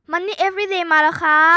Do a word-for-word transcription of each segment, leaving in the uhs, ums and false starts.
Money Everyday มาแล้วครับ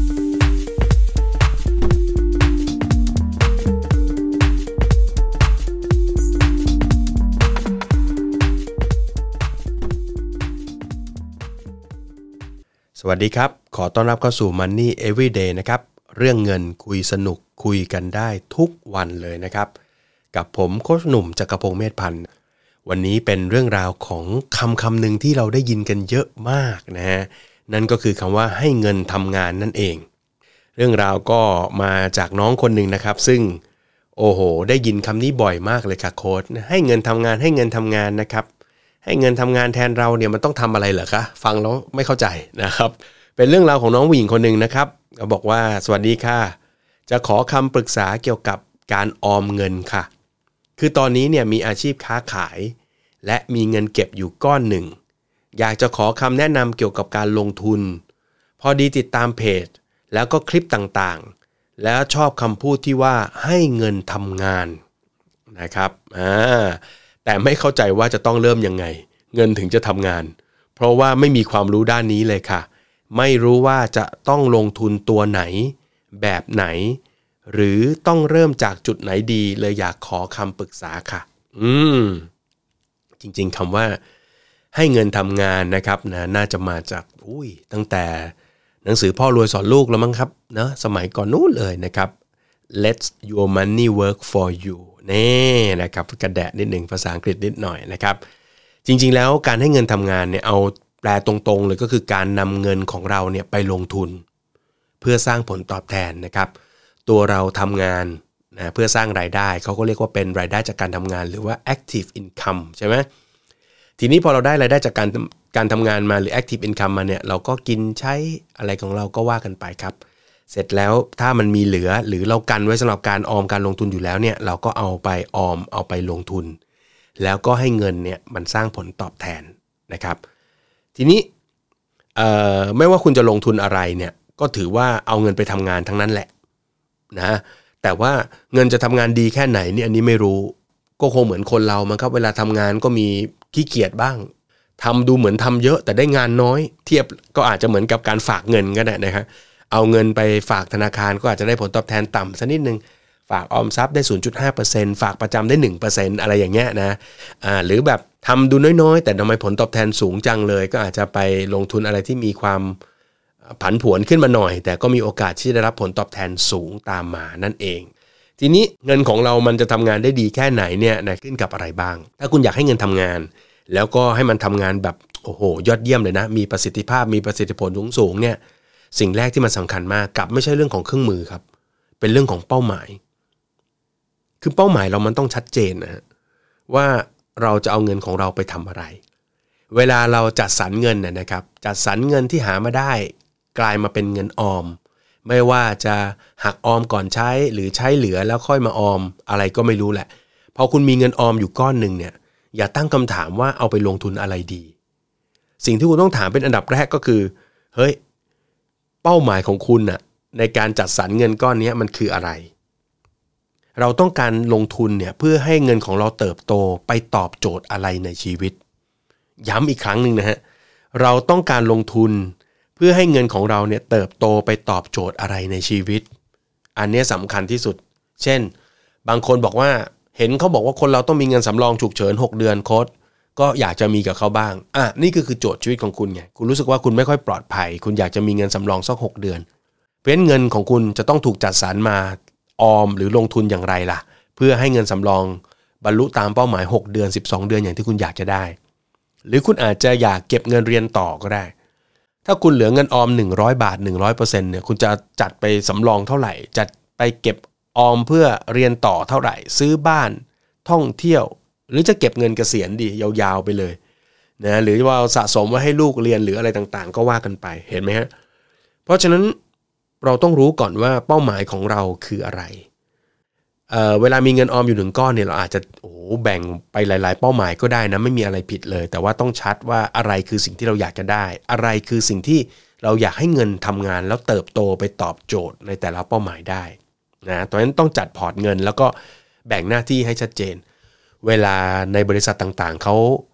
สวัสดีครับขอต้อนรับเข้าสู่ Money Everyday นะครับเรื่องเงินคุยสนุกคุยกันได้ทุกวันเลยนะครับกับผมโค้ชหนุ่มจักรพงษ์เมธพันธ์วันนี้เป็นเรื่องราวของคำคำหนึ่งที่เราได้ยินกันเยอะมากนะฮะนั่นก็คือคำว่าให้เงินทำงานนั่นเองเรื่องราวก็มาจากน้องคนหนึ่งนะครับซึ่งโอ้โหได้ยินคำนี้บ่อยมากเลยค่ะโค้ชให้เงินทำงานให้เงินทำงานนะครับให้เงินทำงานแทนเราเนี่ยมันต้องทำอะไรเหรอคะฟังแล้วไม่เข้าใจนะครับเป็นเรื่องราวของน้องผู้หญิงคนหนึ่งนะครับเขาบอกว่าสวัสดีค่ะจะขอคำปรึกษาเกี่ยวกับการออมเงินค่ะคือตอนนี้เนี่ยมีอาชีพค้าขายและมีเงินเก็บอยู่ก้อนหนึ่งอยากจะขอคำแนะนำเกี่ยวกับการลงทุนพอดีติดตามเพจแล้วก็คลิปต่างๆแล้วชอบคำพูดที่ว่าให้เงินทำงานนะครับอ่าแต่ไม่เข้าใจว่าจะต้องเริ่มยังไงเงินถึงจะทำงานเพราะว่าไม่มีความรู้ด้านนี้เลยค่ะไม่รู้ว่าจะต้องลงทุนตัวไหนแบบไหนหรือต้องเริ่มจากจุดไหนดีเลยอยากขอคำปรึกษาค่ะอืมจริงๆคำว่าให้เงินทำงานนะครับนะน่าจะมาจากอุ้ยตั้งแต่หนังสือพ่อรวยสอนลูกแล้วมั้งครับเนอะสมัยก่อนนู้นเลยนะครับ Let your money work for you นี่นะครับกระแดะนิดหนึ่งภาษาอังกฤษนิดหน่อยนะครับจริงๆแล้วการให้เงินทำงานเนี่ยเอาแปลตรงๆเลยก็คือการนำเงินของเราเนี่ยไปลงทุนเพื่อสร้างผลตอบแทนนะครับตัวเราทำงานนะเพื่อสร้างรายได้เขาก็เรียกว่าเป็นรายได้จากการทำงานหรือว่า active income ใช่ไหมทีนี้พอเราได้รายได้จากการการทำงานมาหรือ active income มาเนี่ยเราก็กินใช้อะไรของเราก็ว่ากันไปครับเสร็จแล้วถ้ามันมีเหลือหรือเรากันไว้สำหรับการออมการลงทุนอยู่แล้วเนี่ยเราก็เอาไปออมเอาไปลงทุนแล้วก็ให้เงินเนี่ยมันสร้างผลตอบแทนนะครับทีนี้ไม่ว่าคุณจะลงทุนอะไรเนี่ยก็ถือว่าเอาเงินไปทำงานทั้งนั้นแหละนะแต่ว่าเงินจะทำงานดีแค่ไหนนี่อันนี้ไม่รู้ก็คงเหมือนคนเรามั้งครับเวลาทำงานก็มีขี้เกียจบ้างทำดูเหมือนทำเยอะแต่ได้งานน้อยเทียบก็อาจจะเหมือนกับการฝากเงินก็ได้นะครับเอาเงินไปฝากธนาคารก็อาจจะได้ผลตอบแทนต่ำสักนิดนึงฝากออมทรัพย์ได้ ศูนย์จุดห้าเปอร์เซ็นต์ ฝากประจำได้ หนึ่งเปอร์เซ็นต์ อะไรอย่างเงี้ยนะอ่าหรือแบบทำดูน้อยๆแต่ทำไมผลตอบแทนสูงจังเลยก็อาจจะไปลงทุนอะไรที่มีความผันผวนขึ้นมาหน่อยแต่ก็มีโอกาสที่จะได้รับผลตอบแทนสูงตามมานั่นเองทีนี้เงินของเรามันจะทำงานได้ดีแค่ไหนเนี่ยนะขึ้นกับอะไรบ้างถ้าคุณอยากให้เงินทำงานแล้วก็ให้มันทำงานแบบโอ้โหยอดเยี่ยมเลยนะมีประสิทธิภาพมีประสิทธิผลสูงๆเนี่ยสิ่งแรกที่มันสำคัญมากกลับไม่ใช่เรื่องของเครื่องมือครับเป็นเรื่องของเป้าหมายคือเป้าหมายเรามันต้องชัดเจนนะว่าเราจะเอาเงินของเราไปทำอะไรเวลาเราจัดสรรเงินเนี่ยนะครับจัดสรรเงินที่หามาได้กลายมาเป็นเงินออมไม่ว่าจะหักออมก่อนใช้หรือใช้เหลือแล้วค่อยมาออมอะไรก็ไม่รู้แหละพอคุณมีเงินออมอยู่ก้อนหนึ่งเนี่ยอย่าตั้งคำถามว่าเอาไปลงทุนอะไรดีสิ่งที่คุณต้องถามเป็นอันดับแรกก็คือเฮ้ยเป้าหมายของคุณน่ะในการจัดสรรเงินก้อนนี้มันคืออะไรเราต้องการลงทุนเนี่ยเพื่อให้เงินของเราเติบโตไปตอบโจทย์อะไรในชีวิตย้ำอีกครั้งหนึ่งนะฮะเราต้องการลงทุนเพื่อให้เงินของเราเนี่ยเติบโตไปตอบโจทย์อะไรในชีวิตอันนี้สำคัญที่สุดเช่นบางคนบอกว่าเห็นเขาบอกว่าคนเราต้องมีเงินสำรองฉุกเฉินหกเดือนโค้ชก็อยากจะมีกับเขาบ้างอ่ะนี่ก็คือโจทย์ชีวิตของคุณไงคุณรู้สึกว่าคุณไม่ค่อยปลอดภัยคุณอยากจะมีเงินสำรองสักหกเดือนเพราะฉะนั้นเงินของคุณจะต้องถูกจัดสรรมาออมหรือลงทุนอย่างไรล่ะเพื่อให้เงินสำรองบรรลุตามเป้าหมายหกเดือนสิบสองเดือนอย่างที่คุณอยากจะได้หรือคุณอาจจะอยากเก็บเงินเรียนต่อก็ได้ถ้าคุณเหลือเงินออมหนึ่งร้อยบาท หนึ่งร้อยเปอร์เซ็นต์ เนี่ยคุณจะจัดไปสำรองเท่าไหร่จัดไปเก็บออมเพื่อเรียนต่อเท่าไหร่ซื้อบ้านท่องเที่ยวหรือจะเก็บเงินเกษียณดียาวๆไปเลยนะหรือว่าสะสมไว้ให้ลูกเรียนหรืออะไรต่างๆก็ว่ากันไปเห็นไหมฮะเพราะฉะนั้นเราต้องรู้ก่อนว่าเป้าหมายของเราคืออะไร เอ่อเวลามีเงินออมอยู่หนึ่งก้อนเนี่ยเราอาจจะโอ้โหแบ่งไปหลายๆเป้าหมายก็ได้นะไม่มีอะไรผิดเลยแต่ว่าต้องชัดว่าอะไรคือสิ่งที่เราอยากจะได้อะไรคือสิ่งที่เราอยากให้เงินทำงานแล้วเติบโตไปตอบโจทย์ในแต่ละเป้าหมายได้นะตอนนั้นต้องจัดพอร์ตเงินแล้วก็แบ่งหน้าที่ให้ชัดเจนเวลาในบริษัทต่างๆเขา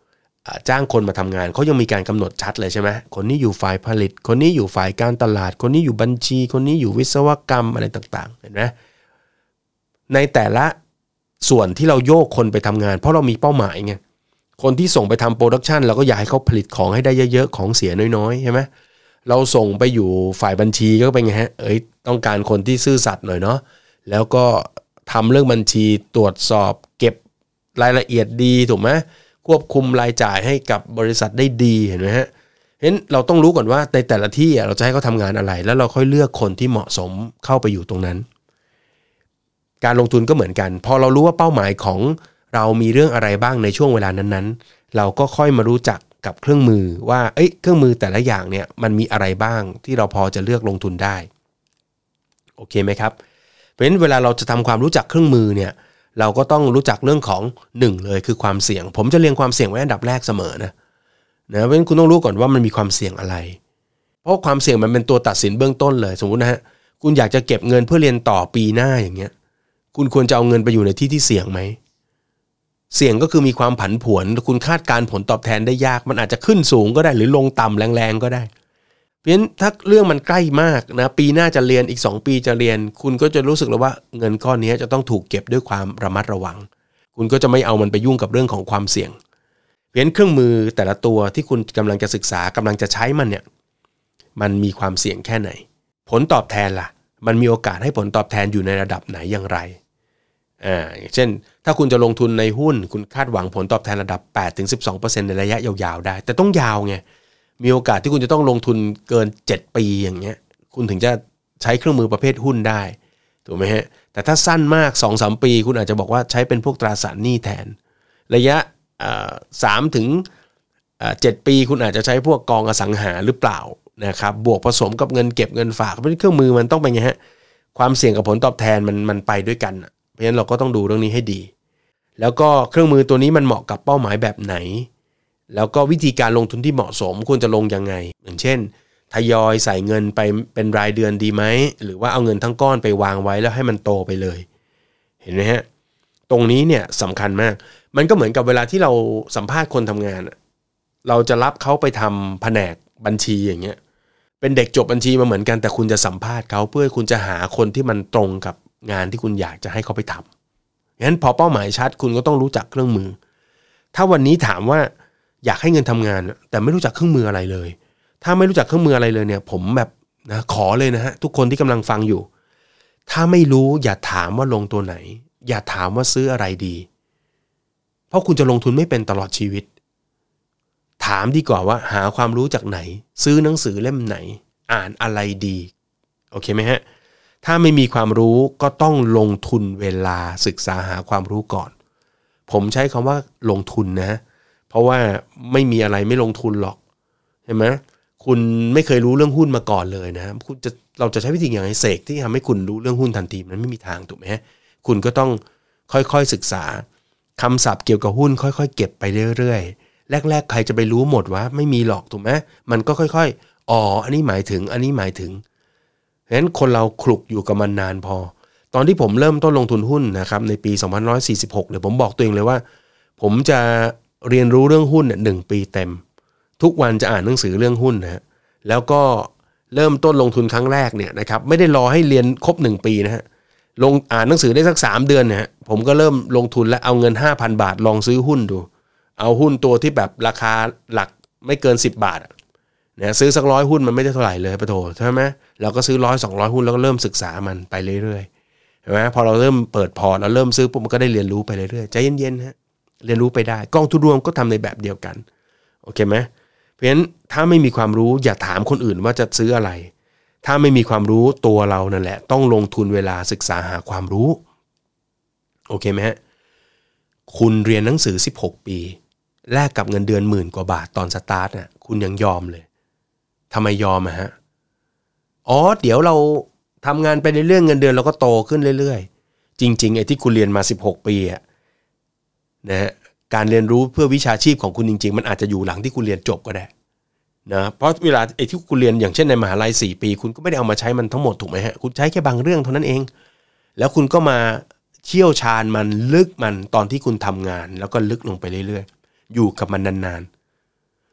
จ้างคนมาทำงานเขายังมีการกำหนดชัดเลยใช่ไหมคนนี้อยู่ฝ่ายผลิตคนนี้อยู่ฝ่ายการตลาดคนนี้อยู่บัญชีคนนี้อยู่วิศวกรรมอะไรต่างๆเห็นไหมในแต่ละส่วนที่เราโยกคนไปทำงานเพราะเรามีเป้าหมายไงคนที่ส่งไปทำโปรดักชันเราก็อยากให้เขาผลิตของให้ได้เยอะๆของเสียน้อยๆใช่ไหมเราส่งไปอยู่ฝ่ายบัญชีก็เป็นไงฮะเอ้ยต้องการคนที่ซื่อสัตย์หน่อยเนาะแล้วก็ทำเรื่องบัญชีตรวจสอบเก็บรายละเอียดดีถูกไหมควบคุมรายจ่ายให้กับบริษัทได้ดีเห็นไหมฮะเห็นเราต้องรู้ก่อนว่าในแต่ละที่เราจะให้เขาทำงานอะไรแล้วเราค่อยเลือกคนที่เหมาะสมเข้าไปอยู่ตรงนั้นการลงทุนก็เหมือนกันพอเรารู้ว่าเป้าหมายของเรามีเรื่องอะไรบ้างในช่วงเวลานั้นๆเราก็ค่อยมารู้จักกับเครื่องมือว่าเอ้ยเครื่องมือแต่ละอย่างเนี่ยมันมีอะไรบ้างที่เราพอจะเลือกลงทุนได้โอเคไหมครับเพราะฉะนั้นเวลาเราจะทำความรู้จักเครื่องมือเนี่ยเราก็ต้องรู้จักเรื่องของหนึ่งเลยคือความเสี่ยงผมจะเรียงความเสี่ยงไว้อันดับแรกเสมอนะนะเพราะฉะนั้นคุณต้องรู้ก่อนว่ามันมีความเสี่ยงอะไรเพราะความเสี่ยงมันเป็นตัวตัดสินเบื้องต้นเลยสมมุตินะฮะคุณอยากจะเก็บเงินเพื่อเรียนต่อปีหน้าอย่างเงี้ยคุณควรจะเอาเงินไปอยู่ในที่ที่เสี่ยงไหมเสี่ยงก็คือมีความผันผวนคุณคาดการผลตอบแทนได้ยากมันอาจจะขึ้นสูงก็ได้หรือลงต่ำแรงๆก็ได้เพราะฉะนั้นถ้าเรื่องมันใกล้มากนะปีหน้าจะเรียนอีกสองปีจะเรียนคุณก็จะรู้สึกแล้วว่าเงินก้อนนี้จะต้องถูกเก็บด้วยความระมัดระวังคุณก็จะไม่เอามันไปยุ่งกับเรื่องของความเสี่ยงเพราะฉะนั้นเครื่องมือแต่ละตัวที่คุณกำลังจะศึกษากำลังจะใช้มันเนี่ยมันมีความเสี่ยงแค่ไหนผลตอบแทนล่ะมันมีโอกาสให้ผลตอบแทนอยู่ในระดับไหนอย่างไรอ่าอย่างเช่นถ้าคุณจะลงทุนในหุ้นคุณคาดหวังผลตอบแทนระดับ แปดถึงสิบสองเปอร์เซ็นต์ ในระยะยาวๆได้แต่ต้องยาวไงมีโอกาสที่คุณจะต้องลงทุนเกินเจ็ดปีอย่างเงี้ยคุณถึงจะใช้เครื่องมือประเภทหุ้นได้ถูกไหมฮะแต่ถ้าสั้นมาก สองถึงสาม ปีคุณอาจจะบอกว่าใช้เป็นพวกตราสารหนี้แทนระยะสามถึงเจ็ดปีคุณอาจจะใช้พวกกองอสังหาหรือเปล่านะครับบวกผสมกับเงินเก็บเงินฝากเพราะเครื่องมือมันต้องเป็นไงฮะความเสี่ยงกับผลตอบแทนมันมันไปด้วยกันเพราะฉะนั้นเราก็ต้องดูเรื่องนี้ให้ดีแล้วก็เครื่องมือตัวนี้มันเหมาะกับเป้าหมายแบบไหนแล้วก็วิธีการลงทุนที่เหมาะสมควรจะลงยังไงอย่างเช่นทยอยใส่เงินไปเป็นรายเดือนดีไหมหรือว่าเอาเงินทั้งก้อนไปวางไว้แล้วให้มันโตไปเลยเห็นไหมฮะตรงนี้เนี่ยสำคัญมากมันก็เหมือนกับเวลาที่เราสัมภาษณ์คนทำงานเราจะรับเขาไปทำแผนกบัญชีอย่างเงี้ยเป็นเด็กจบบัญชีมาเหมือนกันแต่คุณจะสัมภาษณ์เขาเพื่อคุณจะหาคนที่มันตรงกับงานที่คุณอยากจะให้เขาไปทำงั้นพอเป้าหมายชัดคุณก็ต้องรู้จักเครื่องมือถ้าวันนี้ถามว่าอยากให้เงินทำงานแต่ไม่รู้จักเครื่องมืออะไรเลยถ้าไม่รู้จักเครื่องมืออะไรเลยเนี่ยผมแบบนะขอเลยนะฮะทุกคนที่กำลังฟังอยู่ถ้าไม่รู้อย่าถามว่าลงตัวไหนอย่าถามว่าซื้ออะไรดีเพราะคุณจะลงทุนไม่เป็นตลอดชีวิตถามดีกว่าว่าหาความรู้จากไหนซื้อหนังสือเล่มไหนอ่านอะไรดีโอเคไหมฮะถ้าไม่มีความรู้ก็ต้องลงทุนเวลาศึกษาหาความรู้ก่อนผมใช้คำว่าลงทุนนะเพราะว่าไม่มีอะไรไม่ลงทุนหรอกใช่ไหมคุณไม่เคยรู้เรื่องหุ้นมาก่อนเลยนะคุณจะเราจะใช้วิธีอย่างไรเสกที่ทำให้คุณรู้เรื่องหุ้นทันทีมันไม่มีทางถูกไหมฮะคุณก็ต้องค่อยๆศึกษาคำศัพท์เกี่ยวกับหุ้นค่อยๆเก็บไปเรื่อยๆแรกๆใครจะไปรู้หมดวะไม่มีหรอกถูกไหมมันก็ค่อยๆอ๋ออันนี้หมายถึงอันนี้หมายถึงเพราะฉะนั้นคนเราคลุกอยู่กับมันนานพอตอนที่ผมเริ่มต้นลงทุนหุ้นนะครับในปีสองพันห้าร้อยสี่สิบหกเนี่ยผมบอกตัวเองเลยว่าผมจะเรียนรู้เรื่องหุ้นเนี่ยหนึ่งปีเต็มทุกวันจะอ่านหนังสือเรื่องหุ้นนะฮะแล้วก็เริ่มต้นลงทุนครั้งแรกเนี่ยนะครับไม่ได้รอให้เรียนครบหนึ่งปีนะฮะลงอ่านหนังสือได้สักสามเดือนเนี่ยผมก็เริ่มลงทุนและเอาเงิน ห้าพัน บาทลองซื้อหุ้นดูเอาหุ้นตัวที่แบบราคาหลักไม่เกินสิบบาทนะซื้อสักร้อยหุ้นมันไม่ได้เท่าไหร่เลยปะโถใช่ไหมเราก็ซื้อร้อยสองร้อยหุ้นแล้วก็เริ่มศึกษามันไปเรื่อยๆเห็นไหมพอเราเริ่มเปิดพอร์ตเราเริ่มซื้อปุ๊บมันก็ได้เรียนรู้ไปเรื่อยๆใจเย็นๆฮะเรียนรู้ไปได้กองทุนรวมก็ทำในแบบเดียวกันโอเคไหมเพราะฉะนั้นถ้าไม่มีความรู้อย่าถามคนอื่นว่าจะซื้ออะไรถ้าไม่มีความรู้ตัวเรานั่นแหละต้องลงทุนเวลาศึกษาหาความรู้โอเคไหมฮะคุณเรียนหนังสือสิบหกปีแลกกับเงินเดือนหมื่นกว่าบาทตอนสตาร์ทน่ะคุณยังยอมเลยทำไมยอมอะฮะอ๋อเดี๋ยวเราทำงานไปเรื่อยๆเงินเดือนเราก็โตขึ้นเรื่อยๆจริงๆไอ้ที่คุณเรียนมาสิบหกปีอะนะฮะการเรียนรู้เพื่อวิชาชีพของคุณจริงๆมันอาจจะอยู่หลังที่คุณเรียนจบก็ได้นะเพราะเวลาไอ้ที่คุณเรียนอย่างเช่นในมหาลัยสี่ปีคุณก็ไม่ได้เอามาใช้มันทั้งหมดถูกไหมฮะคุณใช้แค่บางเรื่องเท่านั้นเองแล้วคุณก็มาเชี่ยวชาญมันลึกมันตอนที่คุณทำงานแล้วก็ลึกลงไปเรื่อยๆอยู่กับมันนาน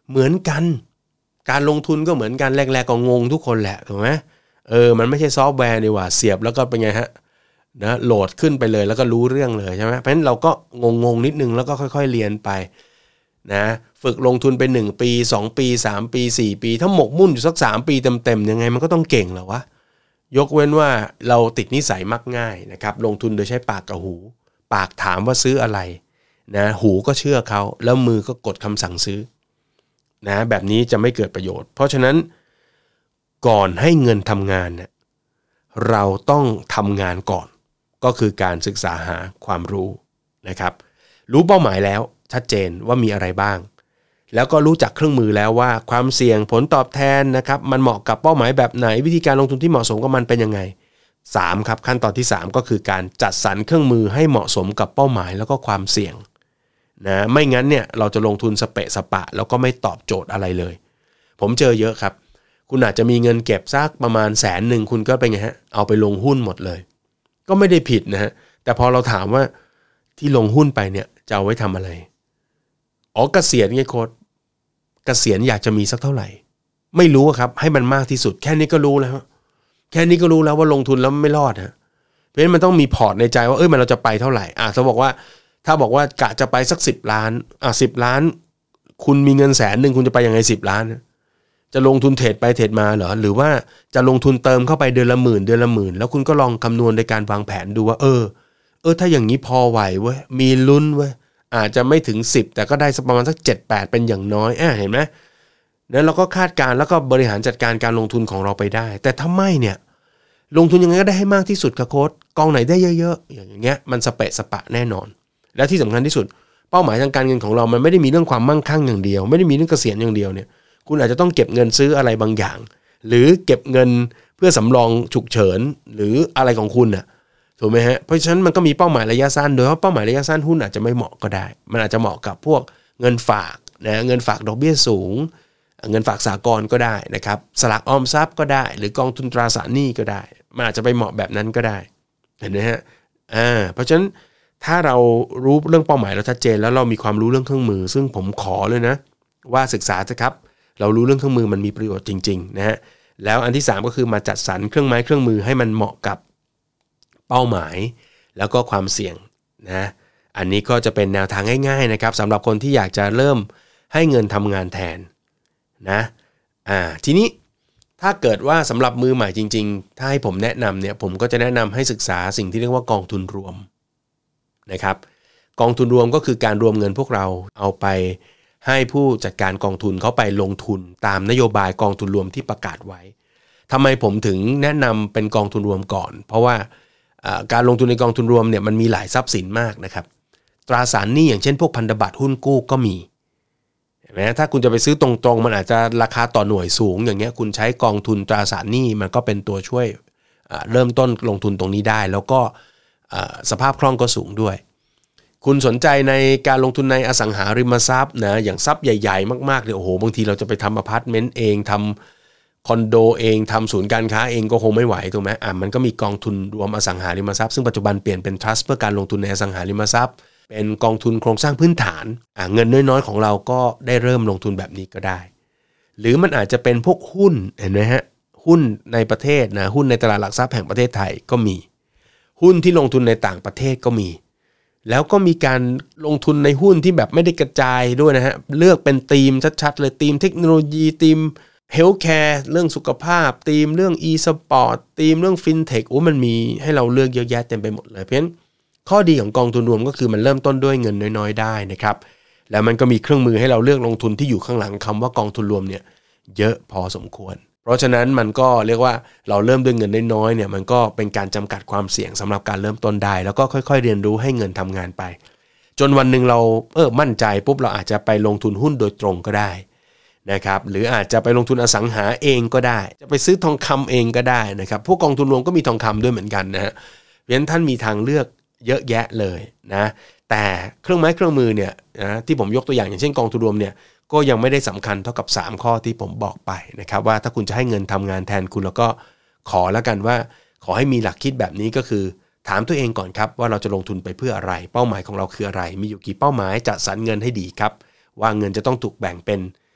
เหมือนกันการลงทุนก็เหมือนกันแรกๆก็งงทุกคนแหละถูกไหมเออมันไม่ใช่ซอฟต์แวร์นี่หว่าเสียบแล้วก็เป็นไงฮะนะโหลดขึ้นไปเลยแล้วก็รู้เรื่องเลยใช่ไหมเพราะฉะนั้นเราก็งงๆนิดนึงแล้วก็ค่อยๆเรียนไปนะฝึกลงทุนไปหนึ่งปีสองปีสามปีสี่ปีถ้าหมกมุ่นอยู่สักสามปีเต็มๆยังไงมันก็ต้องเก่งแหละวะยกเว้นว่าเราติดนิสัยมักง่ายนะครับลงทุนโดยใช้ปากกับหูปากถามว่าซื้ออะไรนะหูก็เชื่อเขาแล้วมือก็กดคำสั่งซื้อนะแบบนี้จะไม่เกิดประโยชน์เพราะฉะนั้นก่อนให้เงินทำงานเนี่ยเราต้องทำงานก่อนก็คือการศึกษาหาความรู้นะครับรู้เป้าหมายแล้วชัดเจนว่ามีอะไรบ้างแล้วก็รู้จักเครื่องมือแล้วว่าความเสี่ยงผลตอบแทนนะครับมันเหมาะกับเป้าหมายแบบไหนวิธีการลงทุนที่เหมาะสมกับมันเป็นยังไงสามครับขั้นตอนที่สามก็คือการจัดสรรเครื่องมือให้เหมาะสมกับเป้าหมายแล้วก็ความเสี่ยงนะไม่งั้นเนี่ยเราจะลงทุนสเปะสปะแล้วก็ไม่ตอบโจทย์อะไรเลยผมเจอเยอะครับคุณอาจจะมีเงินเก็บสักประมาณแสนหนึ่งคุณก็เป็นไงฮะเอาไปลงหุ้นหมดเลยก็ไม่ได้ผิดนะฮะแต่พอเราถามว่าที่ลงหุ้นไปเนี่ยจะเอาไว้ทำอะไรอ๋อเกษียณไงโค้ชเกษียณอยากจะมีสักเท่าไหร่ไม่รู้ครับให้มันมากที่สุดแค่นี้ก็รู้แล้วแค่นี้ก็รู้แล้วว่าลงทุนแล้วไม่รอดฮะเพราะฉะนั้นมันต้องมีพอร์ตในใจว่าเอ้ยมันเราจะไปเท่าไหร่อ่ะถ้าบอกว่าถ้าบอกว่ากะจะไปสักสิบล้านอ่ะสิบล้านคุณมีเงินแสนหนึ่งคุณจะไปยังไงสิบล้านจะลงทุนเทรดไปเทรดมาเหรอหรือว่าจะลงทุนเติมเข้าไปเดือนละหมื่นเดือนละหมื่นแล้วคุณก็ลองคำนวณในการวางแผนดูว่าเออเออถ้าอย่างนี้พอไหวเว้ยมีลุ้นเว้ยอาจจะไม่ถึงสิบแต่ก็ได้สักประมาณสักเจ็ด แปดเป็นอย่างน้อยอ่ะเห็นไหมนั้นเราก็คาดการแล้วก็บริหารจัดการการลงทุนของเราไปได้แต่ถ้าไม่เนี่ยลงทุนยังไงก็ได้ให้มากที่สุดครับโค้ชกองไหนได้เยอะๆอย่างเงี้ยมันสเปะสปะแน่นอนและที่สำคัญที่สุดเป้าหมายทางการเงินของเรามันไม่ได้มีเรื่องความมั่งคั่งอย่างเดียวไม่ได้มีเรื่องเกษียณอย่างเดียวเนี่ยคุณอาจจะต้องเก็บเงินซื้ออะไรบางอย่างหรือเก็บเงินเพื่อสำรองฉุกเฉินหรืออะไรของคุณน่ะถูกไหมฮะเพราะฉะนั้นมันก็มีเป้าหมายระยะสั้นโดยเฉพาะเป้าหมายระยะสั้นหุ้นอาจจะไม่เหมาะก็ได้มันอาจจะเหมาะกับพวกเงินฝากนะเงินฝากดอกเบี้ยสูงเงินฝากสหกรณ์ก็ได้นะครับสลากออมทรัพย์ก็ได้หรือกองทุนตราสารหนี้ก็ได้มันอาจจะไปเหมาะแบบนั้นก็ได้เห็นไหมฮะอ่าเพราะฉะนั้นถ้าเรารู้เรื่องเป้าหมายเราชัดเจนแล้วเรามีความรู้เรื่องเครื่องมือซึ่งผมขอเลยนะว่าศึกษาเถอะครับเรารู้เรื่องเครื่องมือมันมีประโยชน์จริงๆนะฮะแล้วอันที่สามก็คือมาจัดสรรเครื่องไม้เครื่องมือให้มันเหมาะกับเป้าหมายแล้วก็ความเสี่ยงนะอันนี้ก็จะเป็นแนวทางง่ายๆนะครับสำหรับคนที่อยากจะเริ่มให้เงินทำงานแทนนะอ่าทีนี้ถ้าเกิดว่าสำหรับมือใหม่จริงๆถ้าให้ผมแนะนำเนี่ยผมก็จะแนะนำให้ศึกษาสิ่งที่เรียกว่ากองทุนรวมนะครับกองทุนรวมก็คือการรวมเงินพวกเราเอาไปให้ผู้จัดการกองทุนเขาไปลงทุนตามนโยบายกองทุนรวมที่ประกาศไว้ทำไมผมถึงแนะนำเป็นกองทุนรวมก่อนเพราะว่าการลงทุนในกองทุนรวมเนี่ยมันมีหลายทรัพย์สินมากนะครับตราสารหนี้อย่างเช่นพวกพันธบัตรหุ้นกู้ก็มีเห็นไหมถ้าคุณจะไปซื้อตรงๆมันอาจจะราคาต่อหน่วยสูงอย่างเงี้ยคุณใช้กองทุนตราสารหนี้มันก็เป็นตัวช่วยเริ่มต้นลงทุนตรงนี้ได้แล้วก็สภาพคล่องก็สูงด้วยคุณสนใจในการลงทุนในอสังหาริมทรัพย์นะอย่างทรัพย์ใหญ่ๆมากๆเลยโอ้โหบางทีเราจะไปทำอพาร์ตเมนต์เองทำคอนโดเองทำศูนย์การค้าเองก็คงไม่ไหวถูกไหมอ่ะมันก็มีกองทุนรวมอสังหาริมทรัพย์ซึ่งปัจจุบันเปลี่ยนเป็น trust เพื่อการลงทุนในอสังหาริมทรัพย์เป็นกองทุนโครงสร้างพื้นฐานอ่ะเงินน้อยๆของเราก็ได้เริ่มลงทุนแบบนี้ก็ได้หรือมันอาจจะเป็นพวกหุ้นเห็นไหมฮะหุ้นในประเทศนะหุ้นในตลาดหลักทรัพย์แห่งประเทศไทยก็มีหุ้นที่ลงทุนในต่างประเทศก็มีแล้วก็มีการลงทุนในหุ้นที่แบบไม่ได้กระจายด้วยนะฮะเลือกเป็นธีมชัดๆเลยธีมเทคโนโลยีธีมเฮลท์แคร์เรื่องสุขภาพธีมเรื่อง e-sport ธีมเรื่อง fintech โอ้มันมีให้เราเลือกเยอะแยะเต็มไปหมดเลยเพราะฉะนั้นข้อดีของกองทุนรวมก็คือมันเริ่มต้นด้วยเงินน้อยๆได้นะครับแล้วมันก็มีเครื่องมือให้เราเลือกลงทุนที่อยู่ข้างหลังคำว่ากองทุนรวมเนี่ยเยอะพอสมควรเพราะฉะนั้นมันก็เรียกว่าเราเริ่มด้วยเงินน้อยๆเนี่ยมันก็เป็นการจำกัดความเสี่ยงสำหรับการเริ่มต้นได้แล้วก็ค่อยๆเรียนรู้ให้เงินทำงานไปจนวันหนึ่งเราเออมั่นใจปุ๊บเราอาจจะไปลงทุนหุ้นโดยตรงก็ได้นะครับหรืออาจจะไปลงทุนอสังหาเองก็ได้จะไปซื้อทองคำเองก็ได้นะครับพวกกองทุนรวมก็มีทองคำด้วยเหมือนกันนะฮะเพราะฉะนั้นท่านมีทางเลือกเยอะแยะเลยนะแต่เครื่องไม้เครื่องมือเนี่ยนะที่ผมยกตัวอย่างอย่างเช่นกองทุนรวมเนี่ยก็ยังไม่ได้สำคัญเท่ากับสามข้อที่ผมบอกไปนะครับว่าถ้าคุณจะให้เงินทำงานแทนคุณแล้วก็ขอแล้วกันว่าขอให้มีหลักคิดแบบนี้ก็คือถามตัวเองก่อนครับว่าเราจะลงทุนไปเพื่ออะไรเป้าหมายของเราคืออะไรมีอยู่กี่เป้าหมายจัดสรรเงินให้ดีครับว่าเงินจะต้องถูกแบ่งเป็น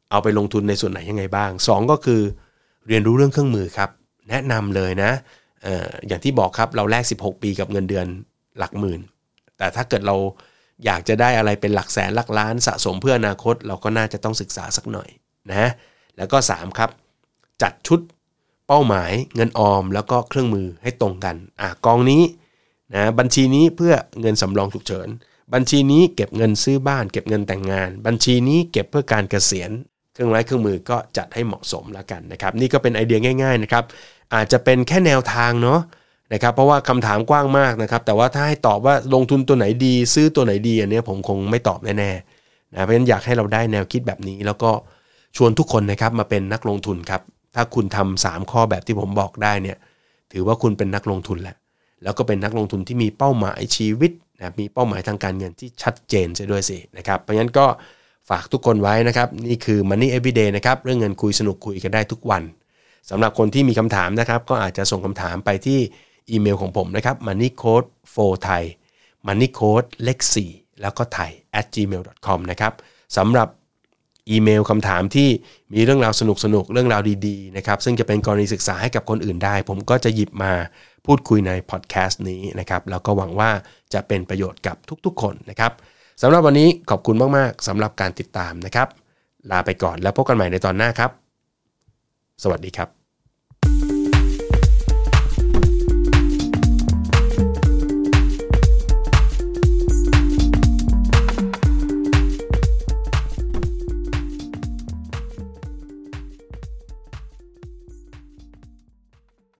เอาไปลงทุนในส่วนไหนยังไงบ้างสองก็คือเรียนรู้เรื่องเครื่องมือครับแนะนำเลยนะ เอ่อ อย่างที่บอกครับเราแลกสิบหกปีกับเงินเดือนหลักหมื่นแต่ถ้าเกิดเราอยากจะได้อะไรเป็นหลักแสนหลักล้านสะสมเพื่ออนาคตเราก็น่าจะต้องศึกษาสักหน่อยนะแล้วก็สามครับจัดชุดเป้าหมายเงินออมแล้วก็เครื่องมือให้ตรงกันอ่ะกองนี้นะบัญชีนี้เพื่อเงินสำรองฉุกเฉินบัญชีนี้เก็บเงินซื้อบ้านเก็บเงินแต่งงานบัญชีนี้เก็บเพื่อการเกษียณเครื่องไม้เครื่องมือก็จัดให้เหมาะสมแล้วกันนะครับนี่ก็เป็นไอเดียง่ายๆนะครับอาจจะเป็นแค่แนวทางเนาะนะครับเพราะว่าคำถามกว้างมากนะครับแต่ว่าถ้าให้ตอบว่าลงทุนตัวไหนดีซื้อตัวไหนดีอันนี้ผมคงไม่ตอบแน่ๆนะเพราะฉะนั้นอยากให้เราได้แนวคิดแบบนี้แล้วก็ชวนทุกคนนะครับมาเป็นนักลงทุนครับถ้าคุณทำสามข้อแบบที่ผมบอกได้เนี่ยถือว่าคุณเป็นนักลงทุนแหละแล้วก็เป็นนักลงทุนที่มีเป้าหมายชีวิตนะมีเป้าหมายทางการเงินที่ชัดเจนซะด้วยสินะครับเพราะฉะนั้นก็ฝากทุกคนไว้นะครับนี่คือ Money Everyday นะครับเรื่องเงินคุยสนุกคุยกันได้ทุกวันสำหรับคนที่มีคำถามนะครับก็อาจจะส่งคำถามไปที่อีเมลของผมนะครับ moneycode for thai moneycode เลขสี่แล้วก็ thai at gmail dot com นะครับสำหรับอีเมลคำถามที่มีเรื่องราวสนุกๆเรื่องราวดีๆนะครับซึ่งจะเป็นกรณีศึกษาให้กับคนอื่นได้ผมก็จะหยิบมาพูดคุยในพอดแคสต์นี้นะครับแล้วก็หวังว่าจะเป็นประโยชน์กับทุกๆคนนะครับสำหรับวันนี้ขอบคุณมากๆสำหรับการติดตามนะครับลาไปก่อนแล้วพบกันใหม่ในตอนหน้าครับสวัสดีครับ